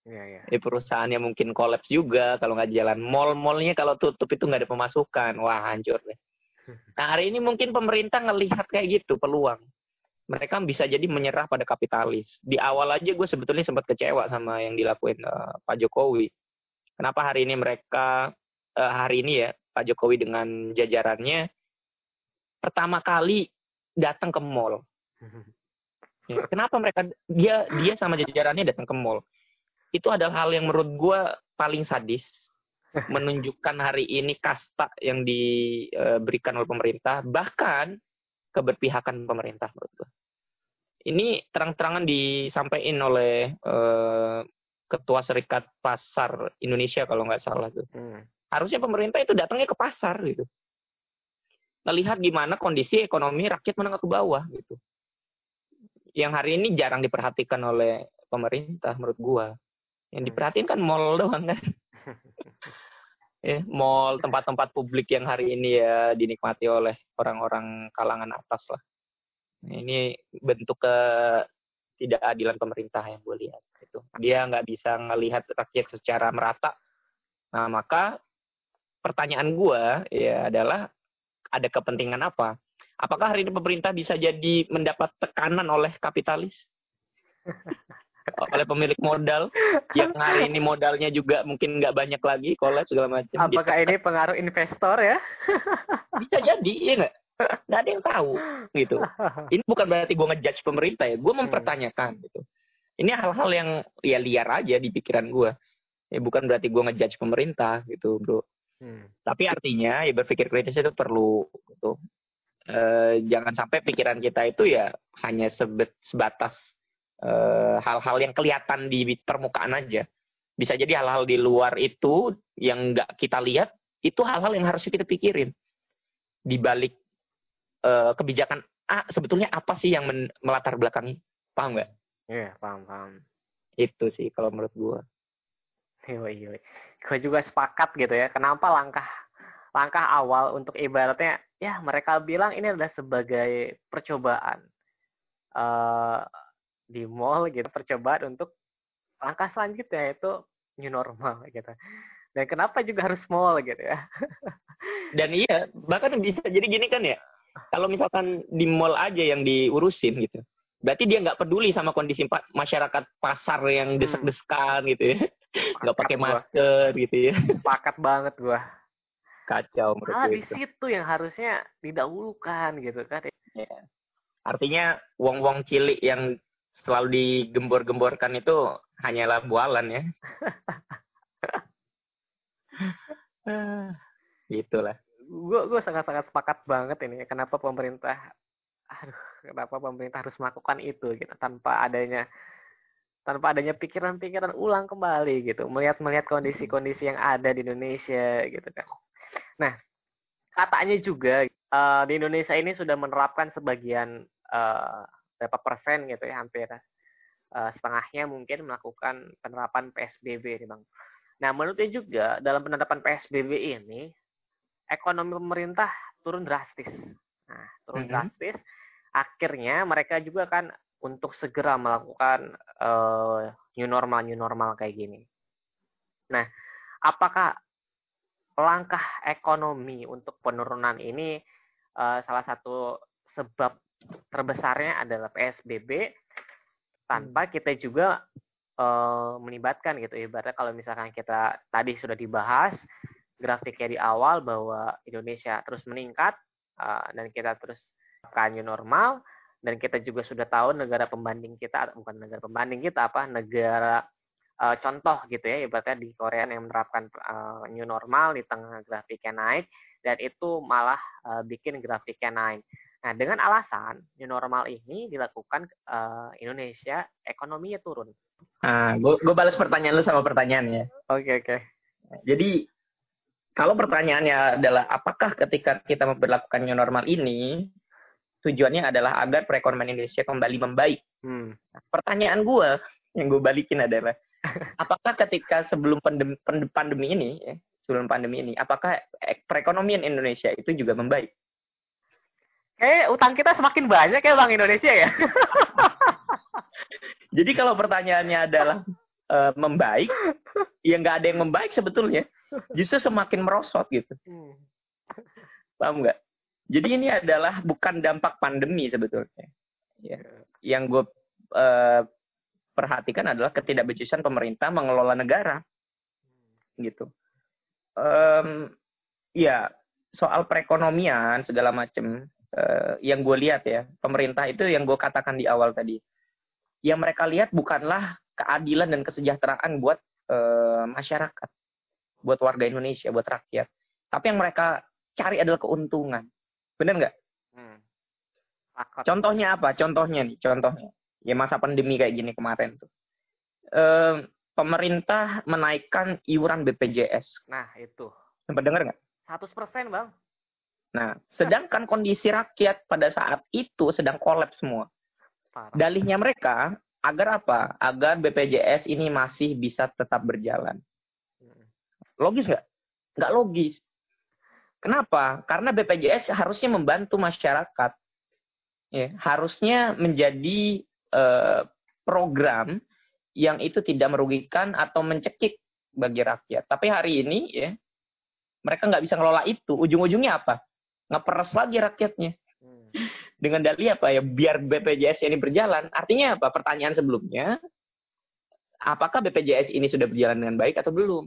Iya, iya. Perusahaannya mungkin kolaps juga kalau nggak jalan. Mall-mallnya kalau tutup itu nggak ada pemasukan. Wah, hancur deh. Nah, hari ini mungkin pemerintah ngelihat kayak gitu peluang. Mereka bisa jadi menyerah pada kapitalis. Di awal aja gue sebetulnya sempat kecewa sama yang dilakuin Pak Jokowi. Kenapa hari ini hari ini ya Pak Jokowi dengan jajarannya pertama kali datang ke mall. Ya, kenapa dia sama jajarannya datang ke mall? Itu adalah hal yang menurut gue paling sadis. Menunjukkan hari ini kasta yang diberikan oleh pemerintah, bahkan keberpihakan pemerintah menurut gue. Ini terang-terangan disampaikan oleh Ketua Serikat Pasar Indonesia kalau nggak salah tuh. Harusnya pemerintah itu datangnya ke pasar gitu. Melihat gimana kondisi ekonomi rakyat menengah ke bawah gitu. Yang hari ini jarang diperhatikan oleh pemerintah menurut gua. Yang diperhatiin kan mall doang kan. Mall, tempat-tempat publik yang hari ini ya dinikmati oleh orang-orang kalangan atas lah. Ini bentuk ketidakadilan pemerintah yang gue lihat. Gitu. Dia nggak bisa ngelihat rakyat secara merata. Nah, maka pertanyaan gue ya adalah ada kepentingan apa? Apakah hari ini pemerintah bisa jadi mendapat tekanan oleh kapitalis? Oleh pemilik modal yang hari ini modalnya juga mungkin nggak banyak lagi, kolaps segala macam. Apakah ini pengaruh investor ya? Bisa jadi, ya nggak? Nggak ada yang tahu gitu. Ini bukan berarti gue ngejudge pemerintah ya, gue mempertanyakan gitu. Ini hal-hal yang ya liar aja di pikiran gue. Ya bukan berarti gue ngejudge pemerintah gitu, bro. Tapi artinya ya berpikir kritis itu perlu gitu. Jangan sampai pikiran kita itu ya hanya sebatas hal-hal yang kelihatan di permukaan aja. Bisa jadi hal-hal di luar itu yang nggak kita lihat, itu hal-hal yang harus kita pikirin. Di balik kebijakan A, sebetulnya apa sih yang melatar belakangi? Paham nggak? Iya, paham. Itu sih kalau menurut gue. Iya. Gue juga sepakat gitu ya. Kenapa langkah awal untuk ibaratnya, ya mereka bilang ini adalah sebagai percobaan di mall gitu, percobaan untuk langkah selanjutnya itu new normal gitu. Dan kenapa juga harus mall gitu ya? Dan iya, bahkan bisa jadi gini kan ya. Kalau misalkan di mall aja yang diurusin gitu, berarti dia nggak peduli sama kondisi masyarakat pasar yang desek-desekan gitu ya, nggak pakai masker gitu ya. Pakat banget gua. Kacau menurut Malah gue di situ yang harusnya didahulukan gitu kan. Ya. Artinya wong-wong cilik yang selalu digembor-gemborkan itu hanyalah bualan ya. Gitulah. Gue sangat-sangat sepakat banget ini. Kenapa pemerintah harus melakukan itu gitu tanpa adanya pikiran-pikiran ulang kembali gitu, melihat kondisi-kondisi yang ada di Indonesia gitu kan. Nah, katanya juga di Indonesia ini sudah menerapkan sebagian berapa persen gitu ya, hampir setengahnya mungkin melakukan penerapan PSBB nih Bang. Nah, menurutnya juga dalam penerapan PSBB ini ekonomi pemerintah turun drastis. Nah, drastis. Akhirnya mereka juga kan untuk segera melakukan new normal kayak gini. Nah, apakah langkah ekonomi untuk penurunan ini salah satu sebab terbesarnya adalah PSBB tanpa kita juga melibatkan gitu, ibaratnya kalau misalkan kita tadi sudah dibahas grafiknya di awal bahwa Indonesia terus meningkat dan kita terus akan new normal, dan kita juga sudah tahu negara pembanding kita, bukan negara pembanding kita, negara contoh gitu ya, ibaratnya di Korea yang menerapkan new normal di tengah grafiknya naik, dan itu malah bikin grafiknya naik. Nah, dengan alasan new normal ini dilakukan Indonesia ekonominya turun. Nah, gue balas pertanyaan lu sama pertanyaannya. Oke. Jadi kalau pertanyaannya adalah apakah ketika kita memperlakukan new normal ini tujuannya adalah agar perekonomian Indonesia kembali membaik. Pertanyaan gue yang gue balikin adalah apakah ketika sebelum pandemi ini, apakah perekonomian Indonesia itu juga membaik? Utang kita semakin banyak ya Bang Indonesia ya. Jadi kalau pertanyaannya adalah membaik, ya nggak ada yang membaik sebetulnya. Justru semakin merosot gitu. Paham nggak? Jadi ini adalah bukan dampak pandemi sebetulnya. Ya. Yang gue perhatikan adalah ketidakbecjusan pemerintah mengelola negara. Gitu. Ya, soal perekonomian segala macam yang gue lihat ya, pemerintah itu yang gue katakan di awal tadi. Yang mereka lihat bukanlah keadilan dan kesejahteraan buat masyarakat, buat warga Indonesia, buat rakyat. Tapi yang mereka cari adalah keuntungan. Benar nggak? Contohnya apa? Contohnya. Ya masa pandemi kayak gini kemarin tuh. Pemerintah menaikkan iuran BPJS. Nah, itu. Sempat dengar nggak? 100%, Bang. Nah, sedangkan kondisi rakyat pada saat itu sedang kolaps semua. Parah. Dalihnya mereka, agar apa? Agar BPJS ini masih bisa tetap berjalan. Logis nggak? Nggak logis. Kenapa? Karena BPJS harusnya membantu masyarakat. Ya, harusnya menjadi program yang itu tidak merugikan atau mencekik bagi rakyat. Tapi hari ini ya mereka nggak bisa ngelola itu. Ujung-ujungnya apa? Ngeperes lagi rakyatnya. Dengan dalih apa ya? Biar BPJS ini berjalan. Artinya apa? Pertanyaan sebelumnya, apakah BPJS ini sudah berjalan dengan baik atau belum?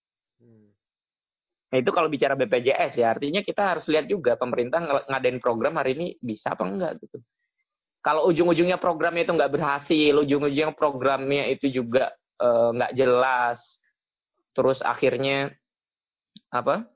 Nah itu kalau bicara BPJS ya, artinya kita harus lihat juga pemerintah ngadain program hari ini bisa apa enggak gitu. Kalau ujung-ujungnya programnya itu nggak berhasil, ujung-ujungnya programnya itu juga nggak jelas, terus akhirnya apa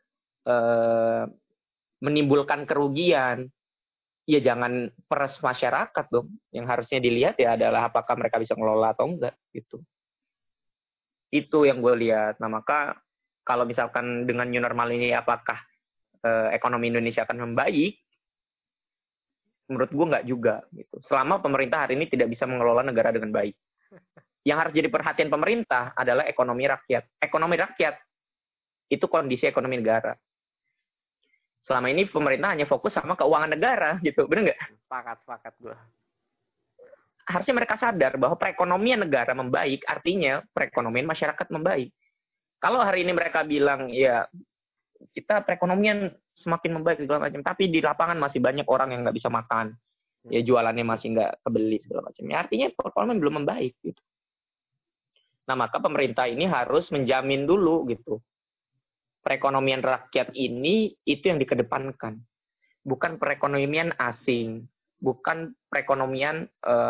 menimbulkan kerugian, ya jangan peres masyarakat dong. Yang harusnya dilihat ya adalah apakah mereka bisa ngelola atau enggak gitu. Itu yang gue lihat. Nah maka kalau misalkan dengan new normal ini apakah ekonomi Indonesia akan membaik? Menurut gue nggak juga. Gitu. Selama pemerintah hari ini tidak bisa mengelola negara dengan baik. Yang harus jadi perhatian pemerintah adalah ekonomi rakyat. Ekonomi rakyat itu kondisi ekonomi negara. Selama ini pemerintah hanya fokus sama keuangan negara, gitu, benar nggak? Sepakat gue. Harusnya mereka sadar bahwa perekonomian negara membaik, artinya perekonomian masyarakat membaik. Kalau hari ini mereka bilang ya kita perekonomian semakin membaik segala macam, tapi di lapangan masih banyak orang yang nggak bisa makan, ya jualannya masih nggak kebeli segala macam. Ya, artinya perekonomian belum membaik. Gitu. Nah maka pemerintah ini harus menjamin dulu gitu. Perekonomian rakyat ini itu yang dikedepankan, bukan perekonomian asing, bukan perekonomian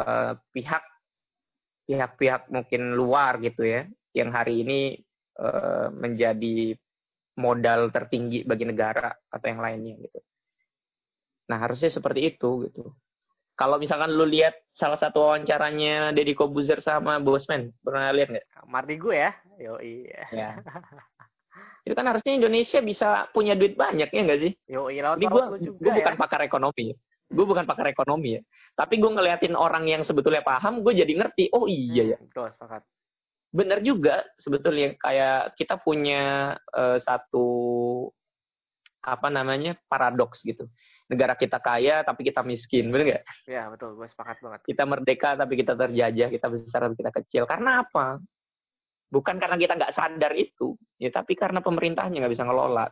pihak-pihak mungkin luar gitu ya, yang hari ini menjadi modal tertinggi bagi negara atau yang lainnya gitu. Nah harusnya seperti itu gitu. Kalau misalkan lu lihat salah satu wawancaranya Deddy Kobuzer sama Bosman, pernah lihat nggak? Mardi gue ya, yoi. Ya. Itu kan harusnya Indonesia bisa punya duit banyak ya nggak sih? Yoi, ini gue bukan pakar ekonomi ya. Gue bukan pakar ekonomi ya. Tapi gue ngeliatin orang yang sebetulnya paham, gue jadi ngerti. Oh iya ya. Betul, sepakat. Bener juga sebetulnya kayak kita punya satu apa namanya paradoks gitu. Negara kita kaya tapi kita miskin, bener nggak? Ya betul, gue sepakat banget. Kita merdeka tapi kita terjajah, kita besar tapi kita kecil. Karena apa? Bukan karena kita nggak sadar itu, ya tapi karena pemerintahnya nggak bisa ngelola.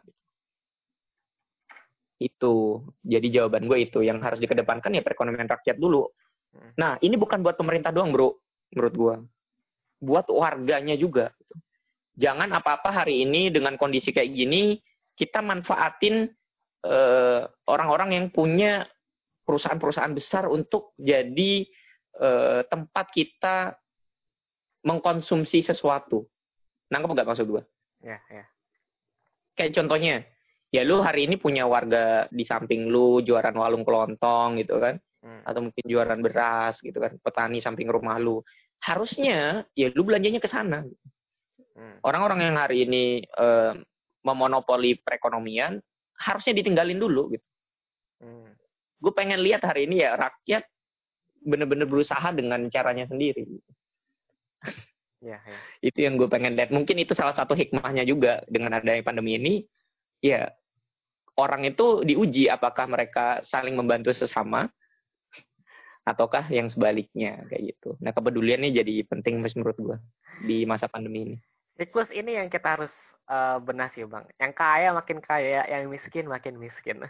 Itu. Jadi jawaban gue itu. Yang harus dikedepankan ya perekonomian rakyat dulu. Nah, ini bukan buat pemerintah doang, bro. Menurut gue. Buat warganya juga. Jangan apa-apa hari ini dengan kondisi kayak gini, kita manfaatin orang-orang yang punya perusahaan-perusahaan besar untuk jadi tempat kita mengkonsumsi sesuatu. Nangkep nggak maksud gue? Ya. Kayak contohnya, ya lu hari ini punya warga di samping lu jualan warung kelontong gitu kan, atau mungkin jualan beras gitu kan, petani samping rumah lu. Harusnya ya lu belanjanya ke sana. Orang-orang yang hari ini memonopoli perekonomian harusnya ditinggalin dulu gitu. Gue pengen lihat hari ini ya rakyat bener-bener berusaha dengan caranya sendiri. Ya. Itu yang gue pengen lihat. Mungkin itu salah satu hikmahnya juga dengan adanya pandemi ini. Ya orang itu diuji apakah mereka saling membantu sesama ataukah yang sebaliknya kayak gitu. Nah, kepedulian ini jadi penting menurut gue di masa pandemi ini. Siklus ini yang kita harus benar sih Bang. Yang kaya makin kaya, yang miskin makin miskin.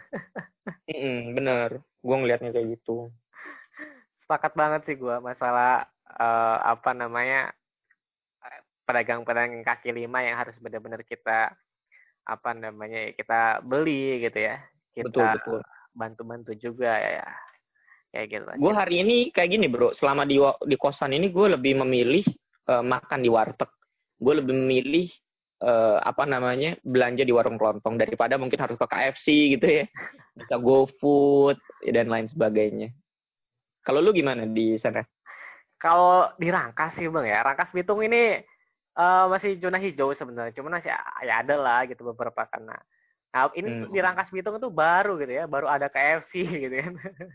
Bener, gue ngelihatnya kayak gitu. Sepakat banget sih gue masalah apa namanya pedagang-pedagang kaki lima yang harus benar-benar kita apa namanya kita beli gitu ya. Betul, Kita betul. bantu-bantu juga ya. Kayak gitu. Gue hari ini kayak gini bro, selama di kosan ini gue lebih memilih makan di warteg. Gue lebih memilih apa namanya belanja di warung kelontong daripada mungkin harus ke KFC gitu ya. Bisa GoFood dan lain sebagainya. Kalau lu gimana di sana? Kalau di Rangkas sih Bang ya, Rangkas Bitung ini masih zona hijau sebenarnya. Cuman masih ya ada lah gitu beberapa karena. Nah, ini tuh di Rangkas Bitung itu baru gitu ya, baru ada KFC gitu kan.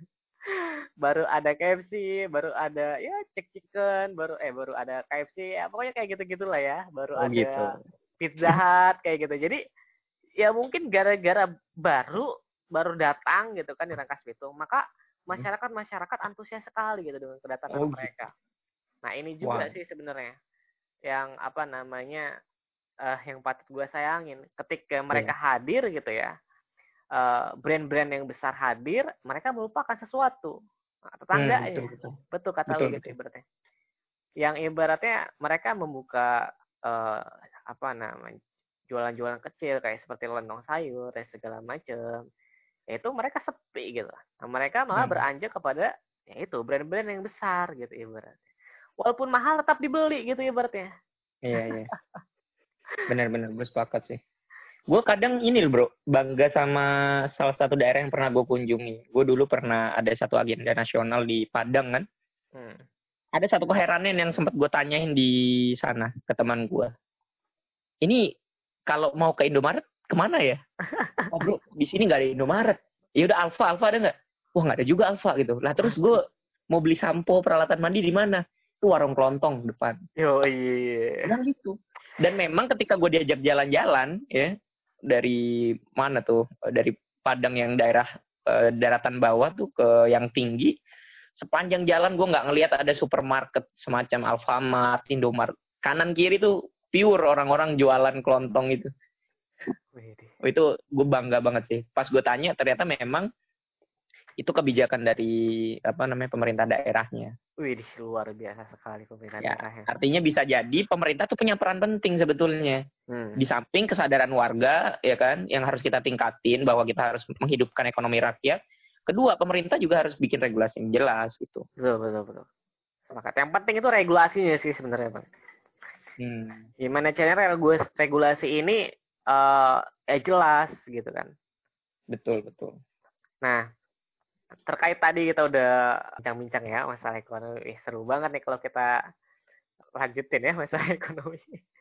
Baru ada KFC, baru ada ya cek chicken, baru ada KFC, ya pokoknya kayak gitu-gitulah ya. Baru Oh gitu. ada Pizza Hut kayak gitu. Jadi ya mungkin gara-gara baru datang gitu kan di Rangkas Bitung, maka masyarakat antusias sekali gitu dengan kedatangan Oh gitu. mereka. Nah, ini juga Wow. sih sebenarnya yang apa namanya yang patut gue sayangin ketika mereka Iya. hadir gitu ya. Brand-brand yang besar hadir, mereka melupakan sesuatu. Nah, Betul tetangganya, betul. betul kata Betul lu gitu betul. ibaratnya. Yang ibaratnya mereka membuka apa namanya jualan-jualan kecil kayak seperti lontong sayur dan segala macam. Itu mereka sepi gitu. Nah, mereka malah Hmm. beranjak kepada ya itu brand-brand yang besar gitu ibaratnya. Walaupun mahal tetap dibeli gitu ibaratnya. Iya iya. Benar-benar gue sepakat sih. Gue kadang ini loh bro, bangga sama salah satu daerah yang pernah gue kunjungi. Gue dulu pernah ada satu agenda nasional di Padang kan. Hmm. Ada satu keheranan yang sempat gue tanyain di sana ke teman gue. Ini kalau mau ke Indomaret kemana ya? Oh bro, di sini nggak ada Indomaret. Ya udah Alfa ada nggak? Wah nggak ada juga Alfa gitu. Lah terus gue mau beli sampo peralatan mandi di mana? Itu warung kelontong depan. Yo iya. Bilang gitu. Dan memang ketika gue diajak jalan-jalan ya dari mana tuh dari Padang yang daerah daratan bawah tuh ke yang tinggi, sepanjang jalan gue nggak ngelihat ada supermarket semacam Alfamart, Indomaret. Kanan kiri tuh pure orang-orang jualan kelontong itu. Itu gue bangga banget sih. Pas gue tanya ternyata memang itu kebijakan dari apa namanya pemerintah daerahnya. Wih, luar biasa sekali pemerintah Ya, daerahnya. artinya bisa jadi pemerintah tuh punya peran penting sebetulnya. Hmm. Di samping kesadaran warga, ya kan, yang harus kita tingkatin bahwa kita harus menghidupkan ekonomi rakyat. Kedua, pemerintah juga harus bikin regulasi yang jelas gitu. Betul, betul, betul. Sepakat. Yang penting itu regulasinya sih sebenarnya, Bang. Gimana caranya regulasi ini jelas gitu kan. Betul, betul. Nah, terkait tadi kita udah bincang-bincang ya masalah ekonomi. Seru banget nih kalau kita lanjutin ya masalah ekonomi.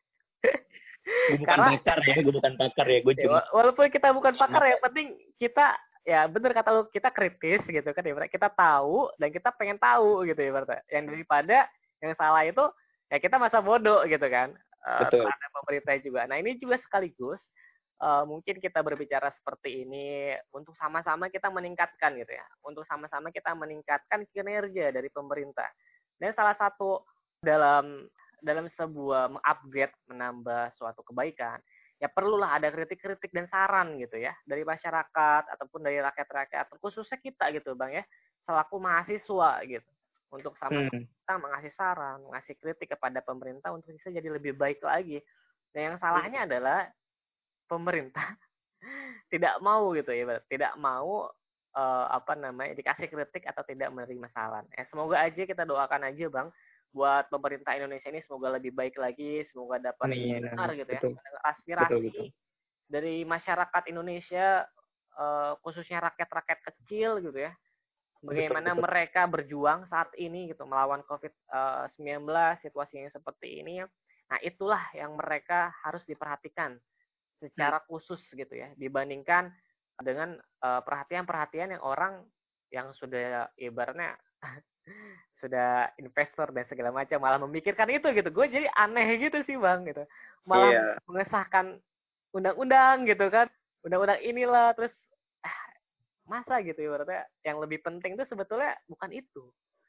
Gue bukan Karena pakar ya, gue ya, cuma walaupun kita bukan pakar pengamat. yang penting kita ya bener kata lu kita kritis gitu kan ya kita tahu dan kita pengen tahu gitu ya berarti yang daripada yang salah itu ya kita masa bodoh gitu kan Betul. terhadap pemerintah juga. Nah ini juga sekaligus mungkin kita berbicara seperti ini untuk sama-sama kita meningkatkan gitu ya, untuk sama-sama kita meningkatkan kinerja dari pemerintah. Dan salah satu dalam dalam sebuah mengupgrade menambah suatu kebaikan ya perlulah ada kritik-kritik dan saran gitu ya dari masyarakat ataupun dari rakyat-rakyat khususnya kita gitu bang ya selaku mahasiswa gitu untuk sama-sama kita mengasih saran mengasih kritik kepada pemerintah untuk bisa jadi lebih baik lagi. Nah yang salahnya adalah pemerintah tidak mau gitu ya tidak mau apa namanya dikasih kritik atau tidak menerima saran. Semoga aja kita doakan aja bang buat pemerintah Indonesia ini semoga lebih baik lagi, semoga dapat Amin, mendengar amin. gitu ya, Betul, mendengar betul, aspirasi betul. dari masyarakat Indonesia, khususnya rakyat-rakyat kecil gitu ya, Betul, bagaimana betul. mereka berjuang saat ini gitu melawan COVID-19 situasi yang seperti ini. Nah itulah yang mereka harus diperhatikan secara khusus gitu ya, dibandingkan dengan perhatian-perhatian yang orang yang sudah ibaratnya sudah investor dan segala macam malah memikirkan itu gitu. Gue jadi aneh gitu sih bang gitu, malah Iya. mengesahkan undang-undang gitu kan, undang-undang inilah terus masa gitu ibaratnya yang lebih penting tuh sebetulnya bukan itu.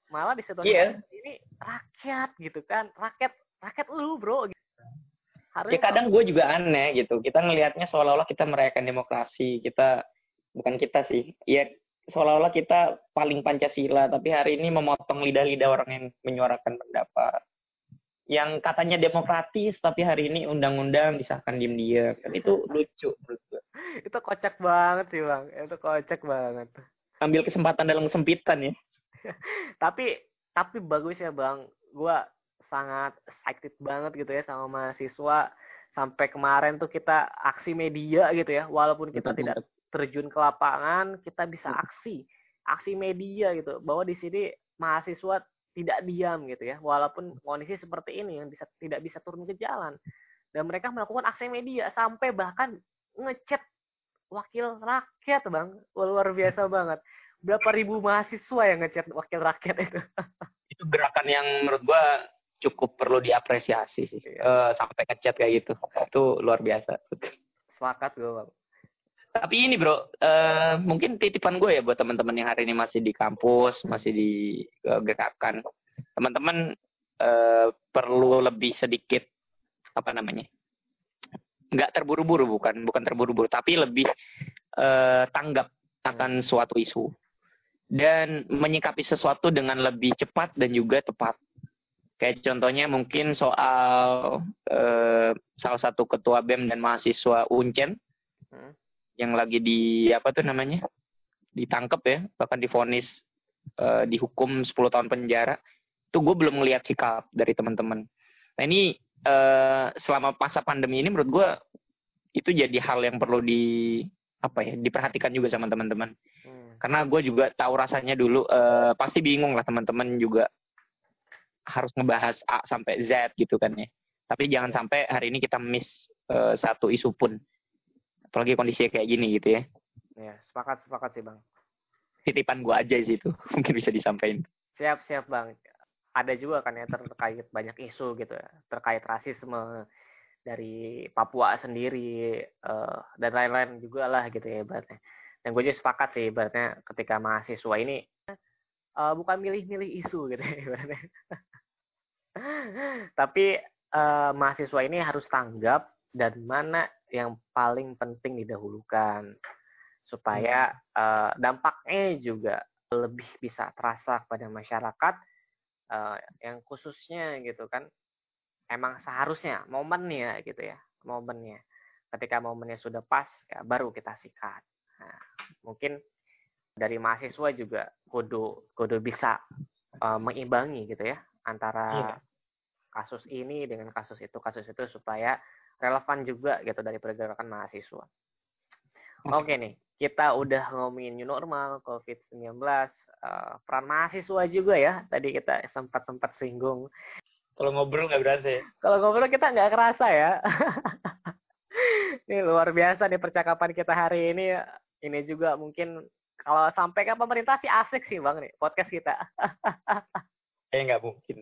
Malah di situasi ini rakyat gitu kan, rakyat lu bro. Gitu. Ya kadang gue juga aneh gitu. Kita ngelihatnya seolah-olah kita merayakan demokrasi. Bukan kita sih. Ya seolah-olah kita paling Pancasila. Tapi hari ini memotong lidah-lidah orang yang menyuarakan pendapat. Yang katanya demokratis, tapi hari ini undang-undang disahkan diam-diam. Kan itu lucu menurut gue. Itu kocak banget sih Bang. Itu kocak banget. Ambil kesempatan dalam kesempitan ya. tapi bagus ya Bang. Gue sangat excited banget gitu ya sama mahasiswa. Sampai kemarin tuh kita aksi media gitu ya. Walaupun kita tidak terjun ke lapangan, kita bisa aksi media gitu. Bahwa di sini mahasiswa tidak diam gitu ya. Walaupun kondisi seperti ini yang tidak bisa turun ke jalan. Dan mereka melakukan aksi media sampai bahkan ngechat wakil rakyat Bang. Luar biasa banget. Berapa ribu mahasiswa yang ngechat wakil rakyat itu. Itu gerakan yang menurut gua cukup perlu diapresiasi sih. Sampai ngechat kayak gitu. Itu luar biasa. Sepakat gue Bang. Tapi ini bro, mungkin titipan gue ya buat teman-teman yang hari ini masih di kampus, masih di gerakan. Teman-teman perlu lebih sedikit apa namanya? Nggak terburu-buru, bukan terburu-buru, tapi lebih tanggap akan suatu isu dan menyikapi sesuatu dengan lebih cepat dan juga tepat. Kayak contohnya mungkin soal salah satu ketua BEM dan mahasiswa Uncen yang lagi ditangkap ya, bahkan divonis dihukum 10 tahun penjara. Itu gue belum ngelihat sikap dari teman-teman. Nah ini selama masa pandemi ini menurut gue itu jadi hal yang perlu diperhatikan juga sama teman-teman. Karena gue juga tahu rasanya dulu, pasti bingung lah teman-teman juga harus ngebahas A sampai Z gitu kan ya. Tapi jangan sampai hari ini kita miss satu isu pun. Apalagi kondisinya kayak gini gitu ya. Ya, sepakat sih Bang. Titipan gue aja sih itu, mungkin bisa disampaikan. Siap Bang. Ada juga kan ya terkait banyak isu gitu ya. Terkait rasisme dari Papua sendiri dan lain-lain juga lah gitu ya ibaratnya. Dan gue juga sepakat sih ibaratnya ketika mahasiswa ini bukan milih-milih isu gitu ya ibaratnya. Tapi mahasiswa ini harus tanggap dan mana yang paling penting didahulukan supaya dampaknya juga lebih bisa terasa kepada masyarakat yang khususnya gitu kan emang seharusnya momennya gitu ya momennya ketika momennya sudah pas ya baru kita sikat. Nah, mungkin dari mahasiswa juga kudu bisa mengimbangi gitu ya antara kasus ini dengan kasus itu supaya relevan juga gitu dari pergerakan mahasiswa. Oke nih, kita udah ngomongin new normal, COVID-19, peran mahasiswa juga ya. Tadi kita sempat singgung. Kalau ngobrol nggak berasa ya? Kalau ngobrol kita nggak kerasa ya. Ini luar biasa nih percakapan kita hari ini. Ini juga mungkin kalau sampai ke pemerintah sih asik sih Bang nih podcast kita. Kayaknya nggak mungkin.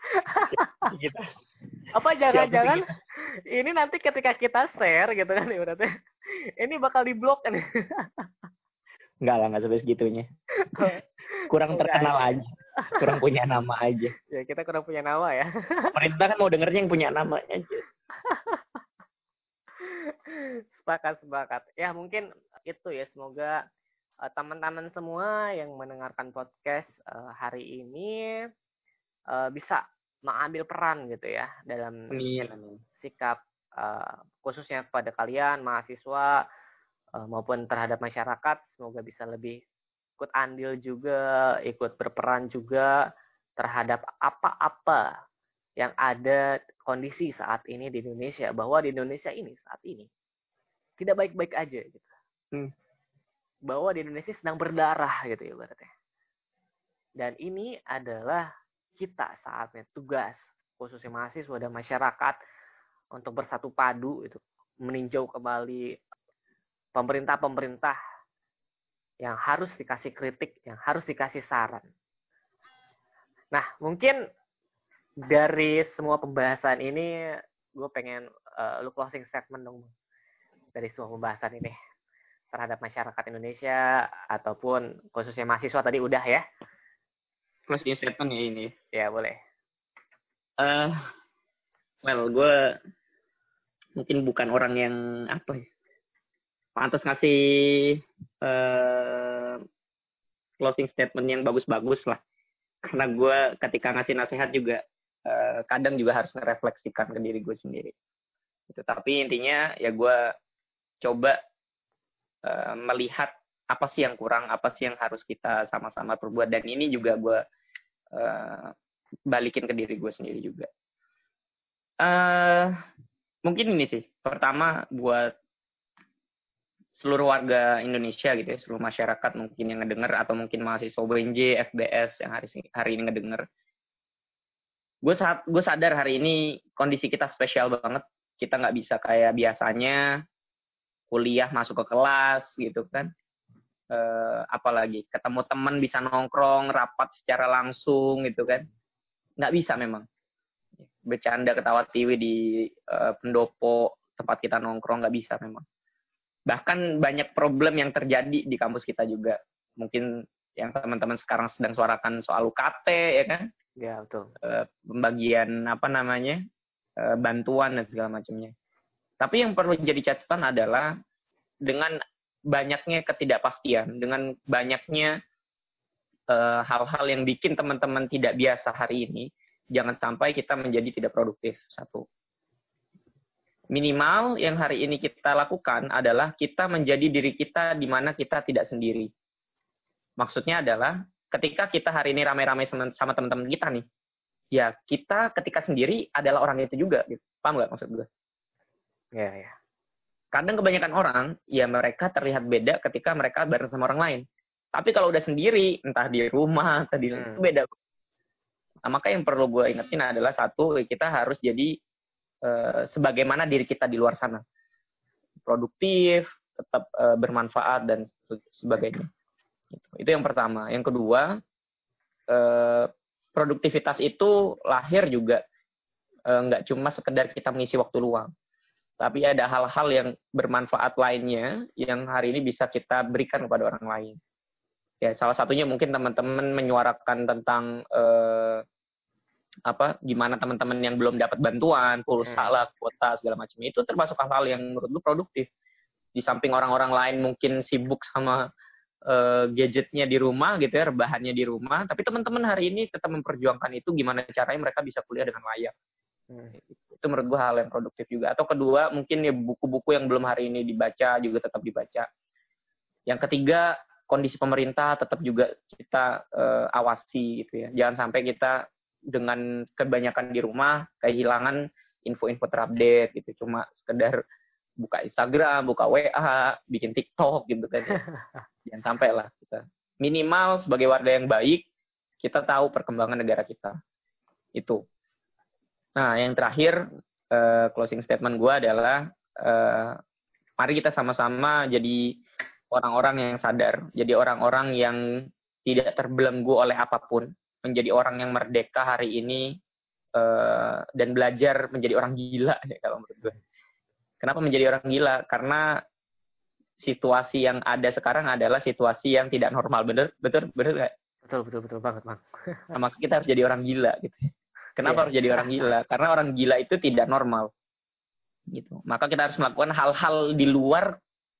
Apa jangan-jangan ini nanti ketika kita share gitu kan berarti ini bakal diblok kan? Enggak lah, nggak sampai segitunya. Kurang terkenal aja. Kurang punya nama aja. Ya kita kurang punya nama ya. Pemerintah kan mau dengernya yang punya nama aja. Sepakat. Ya mungkin itu ya, semoga teman-teman semua yang mendengarkan podcast hari ini bisa mengambil peran gitu ya dalam sikap khususnya pada kalian mahasiswa maupun terhadap masyarakat. Semoga bisa lebih ikut andil juga, ikut berperan juga terhadap apa-apa yang ada kondisi saat ini di Indonesia, bahwa di Indonesia ini saat ini tidak baik-baik aja gitu. Bahwa di Indonesia sedang berdarah gitu ya berarti. Dan ini adalah kita saatnya tugas khususnya mahasiswa dan masyarakat untuk bersatu padu itu meninjau kembali pemerintah yang harus dikasih kritik, yang harus dikasih saran. Nah, mungkin dari semua pembahasan ini, gue pengen lu closing statement dong dari semua pembahasan ini terhadap masyarakat Indonesia ataupun khususnya mahasiswa tadi udah ya. closing statement ya ini. Ya, boleh. Well, gue mungkin bukan orang yang apa ya, pantas ngasih closing statement yang bagus-bagus lah. Karena gue ketika ngasih nasihat juga kadang juga harus ngerefleksikan ke diri gue sendiri. Gitu. Tapi intinya ya gue coba melihat apa sih yang kurang, apa sih yang harus kita sama-sama perbuat. Dan ini juga gue balikin ke diri gue sendiri juga. Mungkin ini sih, pertama buat seluruh warga Indonesia gitu ya, seluruh masyarakat mungkin yang ngedenger atau mungkin mahasiswa UNJ, FBS yang hari ini ngedenger. Gue sadar hari ini kondisi kita spesial banget. Kita nggak bisa kayak biasanya kuliah masuk ke kelas gitu kan. Apalagi ketemu teman bisa nongkrong, rapat secara langsung gitu kan. Nggak bisa memang. Bercanda ketawa tiwi di pendopo tempat kita nongkrong nggak bisa memang. Bahkan banyak problem yang terjadi di kampus kita juga. Mungkin yang teman-teman sekarang sedang suarakan soal UKT ya kan. Ya, betul. Pembagian bantuan dan segala macamnya. Tapi yang perlu jadi catatan adalah dengan banyaknya ketidakpastian, dengan banyaknya hal-hal yang bikin teman-teman tidak biasa hari ini, jangan sampai kita menjadi tidak produktif. Satu. Minimal yang hari ini kita lakukan adalah kita menjadi diri kita di mana kita tidak sendiri. Maksudnya adalah ketika kita hari ini ramai-ramai sama teman-teman kita nih, ya kita ketika sendiri adalah orang itu juga. Gitu. Paham nggak maksud gue? Ya, ya. Kadang kebanyakan orang, ya mereka terlihat beda ketika mereka bareng sama orang lain. Tapi kalau udah sendiri, entah di rumah, entah di itu beda. Nah, maka yang perlu gue ingetin adalah satu, kita harus jadi sebagaimana diri kita di luar sana. Produktif, tetap bermanfaat, dan sebagainya. Itu yang pertama. Yang kedua, produktivitas itu lahir juga nggak cuma sekedar kita mengisi waktu luang. Tapi ada hal-hal yang bermanfaat lainnya yang hari ini bisa kita berikan kepada orang lain. Ya, salah satunya mungkin teman-teman menyuarakan tentang gimana teman-teman yang belum dapat bantuan, pulsa lah, kuota segala macam itu termasuk hal-hal yang menurut gue produktif. Di samping orang-orang lain mungkin sibuk sama gadgetnya di rumah gitu ya, rebahannya di rumah, tapi teman-teman hari ini tetap memperjuangkan itu gimana caranya mereka bisa kuliah dengan layak. Itu menurut gue hal yang produktif juga. Atau kedua, mungkin ya buku-buku yang belum hari ini dibaca juga tetap dibaca. Yang ketiga, kondisi pemerintah tetap juga kita awasi gitu ya. Jangan sampai kita dengan kebanyakan di rumah kehilangan info-info terupdate gitu. Cuma sekedar buka Instagram, buka WA, bikin TikTok gitu kan. Ya. Jangan sampai lah kita. Minimal sebagai warga yang baik, kita tahu perkembangan negara kita. Itu. Nah, yang terakhir, closing statement gue adalah, mari kita sama-sama jadi orang-orang yang sadar, jadi orang-orang yang tidak terbelenggu oleh apapun, menjadi orang yang merdeka hari ini, dan belajar menjadi orang gila, ya, kalau menurut gue. Kenapa menjadi orang gila? Karena situasi yang ada sekarang adalah situasi yang tidak normal, betul nggak? Betul banget, Bang. Nah, maka kita harus jadi orang gila, gitu. Kenapa harus jadi orang gila? Karena orang gila itu tidak normal. Gitu. Maka kita harus melakukan hal-hal di luar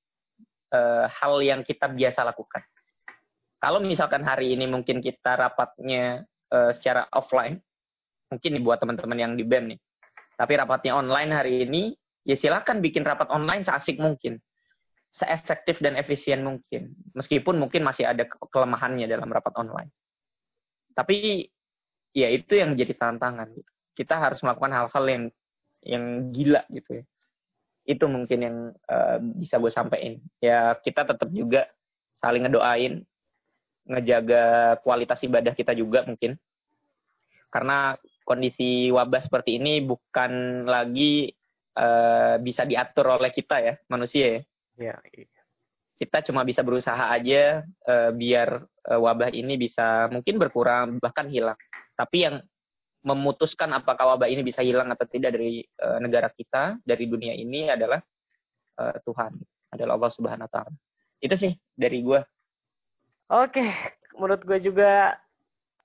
hal yang kita biasa lakukan. Kalau misalkan hari ini mungkin kita rapatnya secara offline, mungkin buat teman-teman yang di BEM nih. Tapi rapatnya online hari ini, ya silakan bikin rapat online seasik mungkin. Seefektif dan efisien mungkin. Meskipun mungkin masih ada kelemahannya dalam rapat online. Tapi ya itu yang menjadi tantangan. Gitu. Kita harus melakukan hal-hal yang gila gitu ya. Itu mungkin yang bisa gue sampaikan. Ya kita tetap juga saling ngedoain, ngejaga kualitas ibadah kita juga mungkin. Karena kondisi wabah seperti ini bukan lagi bisa diatur oleh kita ya, manusia ya. Ya. Kita cuma bisa berusaha aja biar wabah ini bisa mungkin berkurang, bahkan hilang. Tapi yang memutuskan apakah wabah ini bisa hilang atau tidak dari negara kita, dari dunia ini adalah Tuhan, adalah Allah Subhanahu Wa Taala. Itu sih dari gue. Oke, menurut gue juga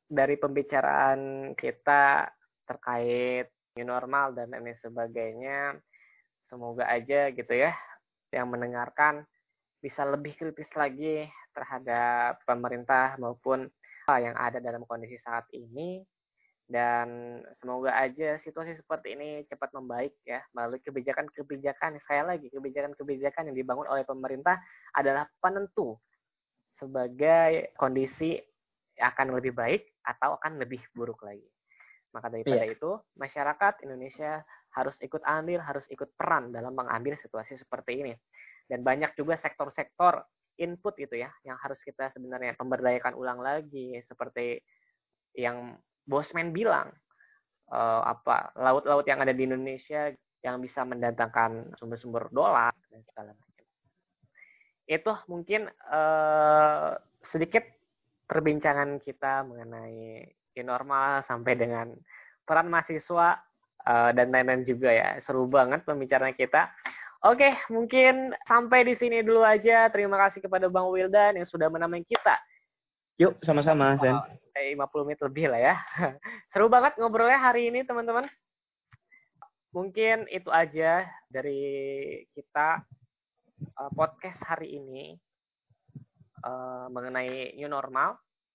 dari pembicaraan kita terkait new normal dan lain sebagainya, semoga aja gitu ya yang mendengarkan bisa lebih kritis lagi terhadap pemerintah maupun yang ada dalam kondisi saat ini, dan semoga aja situasi seperti ini cepat membaik ya melalui kebijakan-kebijakan, sekali lagi kebijakan-kebijakan yang dibangun oleh pemerintah adalah penentu sebagai kondisi akan lebih baik atau akan lebih buruk lagi. Maka daripada itu, masyarakat Indonesia harus ikut andil, harus ikut peran dalam mengambil situasi seperti ini. Dan banyak juga sektor-sektor input itu ya, yang harus kita sebenarnya pemberdayakan ulang lagi, seperti yang Bosman bilang, laut-laut yang ada di Indonesia yang bisa mendatangkan sumber-sumber dolar dan segala macam. Itu mungkin sedikit perbincangan kita mengenai new normal sampai dengan peran mahasiswa dan lain-lain juga ya. Seru banget pembicaraan kita. Oke, mungkin sampai di sini dulu aja. Terima kasih kepada Bang Wildan yang sudah menemani kita. Yuk, sama-sama, Sen. 50 menit lebih lah ya. Seru banget ngobrolnya hari ini, teman-teman. Mungkin itu aja dari kita podcast hari ini mengenai new normal.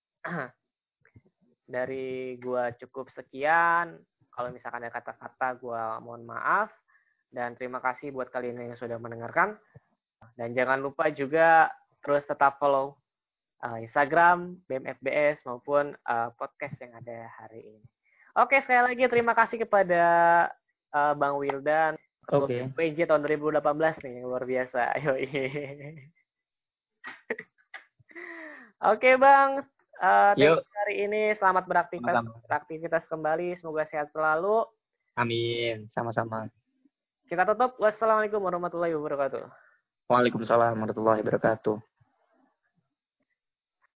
Dari gua cukup sekian. Kalau misalkan ada kata-kata, gua mohon maaf. Dan terima kasih buat kalian yang sudah mendengarkan. Dan jangan lupa juga terus tetap follow Instagram, BMFBS, maupun podcast yang ada hari ini. Oke, sekali lagi terima kasih kepada Bang Wildan, Ketua PJ tahun 2018 nih, yang luar biasa. Oke, Bang. Hari ini selamat beraktivitas kembali. Semoga sehat selalu. Amin. Sama-sama. Kita tutup. Wassalamualaikum warahmatullahi wabarakatuh. Waalaikumsalam warahmatullahi wabarakatuh.